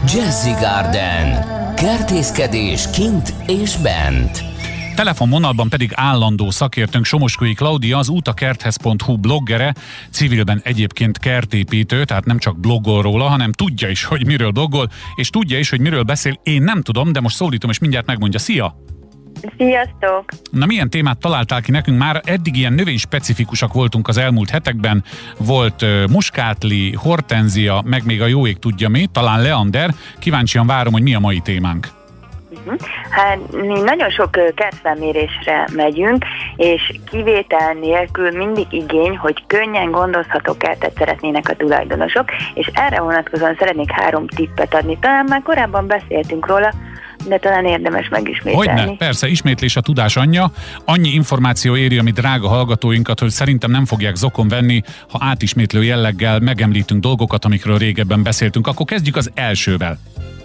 Jazzy Garden. Kertészkedés kint és bent. Telefonvonalban pedig állandó szakértőnk Somoskói Klaudia, az utakerthez.hu bloggere, civilben egyébként kertépítő, tehát nem csak bloggol róla, hanem tudja is, hogy miről bloggol, és tudja is, hogy miről beszél. Én nem tudom, de most szólítom, és mindjárt megmondja. Szia! Sziasztok! Na, milyen témát találtál ki nekünk? Már eddig ilyen növényspecifikusak voltunk az elmúlt hetekben. Volt muskátli, hortenzia, meg még a jó ég tudja mi, talán leander. Kíváncsian várom, hogy mi a mai témánk. Hát mi nagyon sok kertfelmérésre megyünk, és kivétel nélkül mindig igény, hogy könnyen gondozható kertet szeretnének a tulajdonosok, és erre vonatkozóan szeretnék 3 tippet adni. Talán már korábban beszéltünk róla, de talán érdemes megismételni. Hogyne, persze, ismétlés a tudás anyja. Annyi információ éri a mi drága hallgatóinkat, hogy szerintem nem fogják zokon venni, ha átismétlő jelleggel megemlítünk dolgokat, amikről régebben beszéltünk. Akkor kezdjük az elsővel.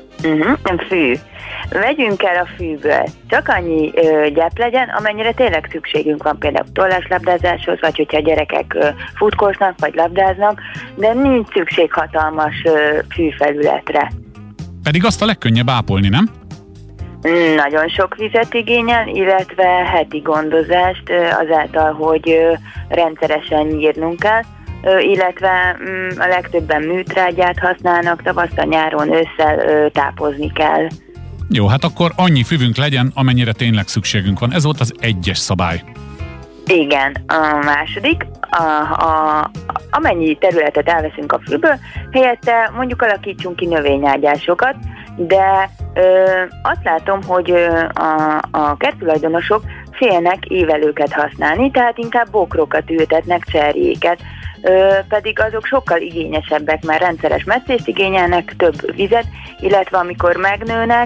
Fű. Vegyünk el a fűből. Csak annyi gyep legyen, amennyire tényleg szükségünk van például tolláslabdázáshoz, vagy hogyha a gyerekek futkosnak, vagy labdáznak, de nincs szükség hatalmas fűfelületre. Pedig azt a legkönnyebb ápolni, nem? Nagyon sok vizet igényel, illetve heti gondozást azáltal, hogy rendszeresen nyírnunk kell, illetve a legtöbben műtrágyát használnak, tavasztal, nyáron, ősszel tápozni kell. Jó, hát akkor annyi füvünk legyen, amennyire tényleg szükségünk van. Ez volt az 1-es szabály. Igen, a második, amennyi területet elveszünk a fűből, helyette mondjuk alakítsunk ki növényágyásokat, de azt látom, hogy a kerttulajdonosok félnek évelőket használni, tehát inkább bokrokat ültetnek, cserjéket, pedig azok sokkal igényesebbek, mert rendszeres metszést igényelnek, több vizet, illetve amikor megnőnek,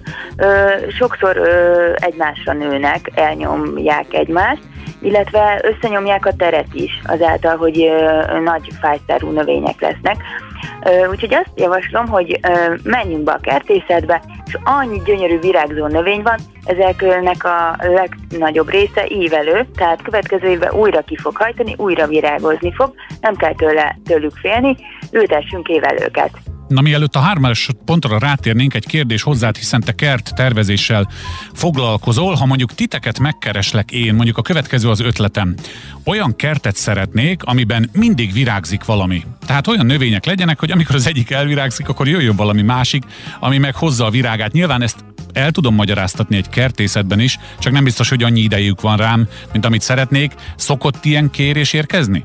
sokszor egymásra nőnek, elnyomják egymást, illetve összenyomják a teret is, azáltal, hogy nagy fájszárú növények lesznek. Úgyhogy azt javaslom, hogy menjünk be a kertészetbe, és annyi gyönyörű virágzó növény van, ezeknek a legnagyobb része ívelő, tehát következő évben újra ki fog hajtani, újra virágozni fog, nem kell tőlük félni, ültessünk évelőket. Na, mielőtt a 3-as pontra rátérnénk, egy kérdés hozzád, hiszen te kert tervezéssel foglalkozol. Ha mondjuk titeket megkereslek én, mondjuk a következő az ötletem. Olyan kertet szeretnék, amiben mindig virágzik valami. Tehát olyan növények legyenek, hogy amikor az egyik elvirágzik, akkor jöjjön valami másik, ami meg hozza a virágát. Nyilván ezt el tudom magyaráztatni egy kertészetben is, csak nem biztos, hogy annyi idejük van rám, mint amit szeretnék. Szokott ilyen kérés érkezni?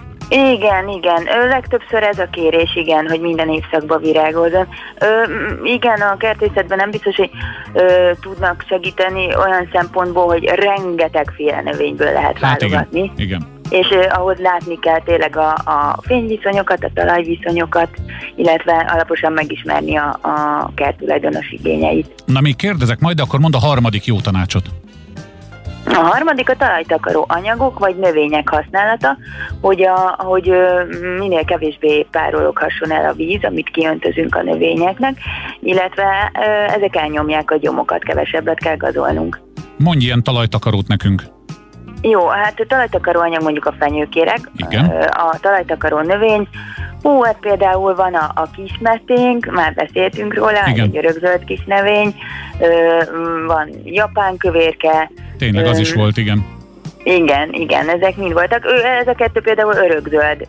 Igen. Legtöbbször ez a kérés, igen, hogy minden évszakban virágozzon. Igen, a kertészetben nem biztos, hogy tudnak segíteni olyan szempontból, hogy rengetegféle növényből lehet válogatni. Igen. És ahhoz látni kell tényleg a fényviszonyokat, a talajviszonyokat, illetve alaposan megismerni a kerttulajdonos igényeit. Na, még kérdezek majd, de akkor mondd a 3. jó tanácsot. A 3. a talajtakaró anyagok vagy növények használata, hogy minél kevésbé párologhasson el a víz, amit kiöntözünk a növényeknek, illetve ezek elnyomják a gyomokat, kevesebbet kell gazolnunk. Mondj ilyen talajtakarót nekünk. Jó, hát a talajtakaró anyag mondjuk a fenyőkéreg, igen. A talajtakaró növény, hát például van a kismeténk, már beszéltünk róla, egy örökzöld kis növény, van japán kövérke. Tényleg az is volt, igen. Igen, ezek mind voltak. Ez a 2 például örökzöld.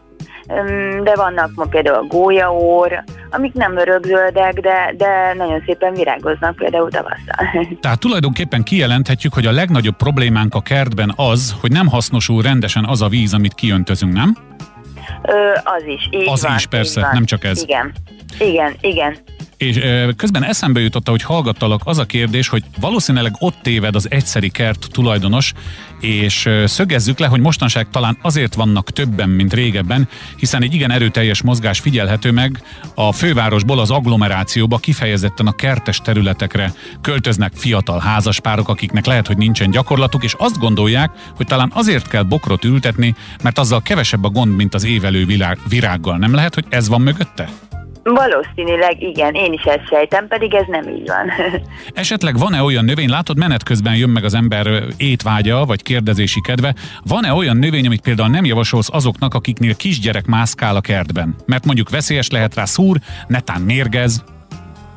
De vannak ma például a gólyaór, amik nem örökzöldek, de nagyon szépen virágoznak például tavasszal. Tehát tulajdonképpen kijelenthetjük, hogy a legnagyobb problémánk a kertben az, hogy nem hasznosul rendesen az a víz, amit kiöntözünk, nem? Az is, így az van. Az is, persze, nem csak ez. Igen. És közben eszembe jutott, hogy hallgattalak, az a kérdés, hogy valószínűleg ott téved az egyszeri kert tulajdonos, és szögezzük le, hogy mostanság talán azért vannak többen, mint régebben, hiszen egy igen erőteljes mozgás figyelhető meg a fővárosból az agglomerációba, kifejezetten a kertes területekre költöznek fiatal házaspárok, akiknek lehet, hogy nincsen gyakorlatuk, és azt gondolják, hogy talán azért kell bokrot ültetni, mert azzal kevesebb a gond, mint az évelő virággal. Nem lehet, hogy ez van mögötte? Valószínűleg igen, én is ezt sejtem, pedig ez nem így van. Esetleg van-e olyan növény, látod, menet közben jön meg az ember étvágya, vagy kérdezési kedve, van-e olyan növény, amit például nem javasolsz azoknak, akiknél kisgyerek mászkál a kertben? Mert mondjuk veszélyes lehet rá, szúr, netán mérgez.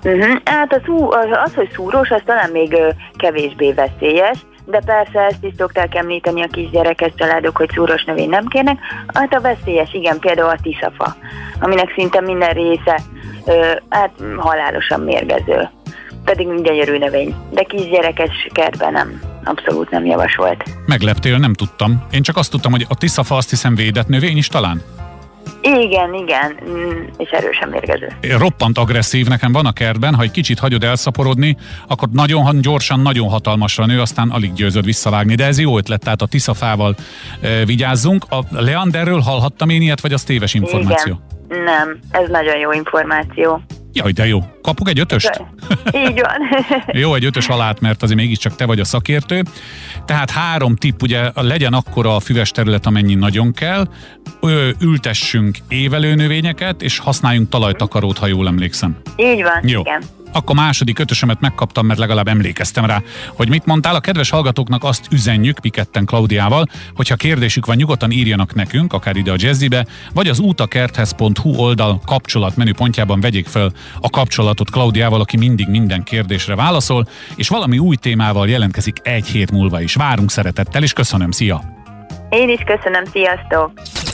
Hát az, hogy szúrós, az talán még kevésbé veszélyes, de persze ezt is szokták említeni a kisgyerekes családok, hogy szúrós növény nem kérnek. Hát a veszélyes, igen, például a tiszafa, aminek szinte minden része halálosan mérgező. Pedig gyönyörű növény, de kisgyerekes kertben nem, abszolút nem javasolt. Megleptél, nem tudtam. Én csak azt tudtam, hogy a tiszafa azt hiszem védett növény is talán? Igen, és erősen mérgező. Roppant agresszív nekem van a kertben, ha egy kicsit hagyod elszaporodni, akkor nagyon gyorsan, nagyon hatalmasra nő, aztán alig győzöd visszavágni. De ez jó ötlet, tehát a tiszafával vigyázzunk. A leanderről hallhattam én ilyet, vagy az téves információ? Igen, nem, ez nagyon jó információ. Jaj, de jó. Kapok egy 5-öst? Így van. Jó, egy 5-ös alát, mert azért mégiscsak te vagy a szakértő. Tehát 3 tipp, ugye legyen akkora a füves terület, amennyi nagyon kell, ültessünk évelő növényeket, és használjunk talajtakarót, ha jól emlékszem. Így van, jó. Igen. Akkor második 5-ösemet megkaptam, mert legalább emlékeztem rá, hogy mit mondtál. A kedves hallgatóknak azt üzenjük, mi ketten Klaudiával, hogyha kérdésük van, nyugodtan írjanak nekünk, akár ide a Jazzybe, vagy az utakerthez.hu oldal kapcsolat menüpontjában vegyék fel a kapcsolatot Klaudiával, aki mindig minden kérdésre válaszol, és valami új témával jelentkezik egy hét múlva is. Várunk szeretettel, és köszönöm, szia! Én is köszönöm, sziasztok!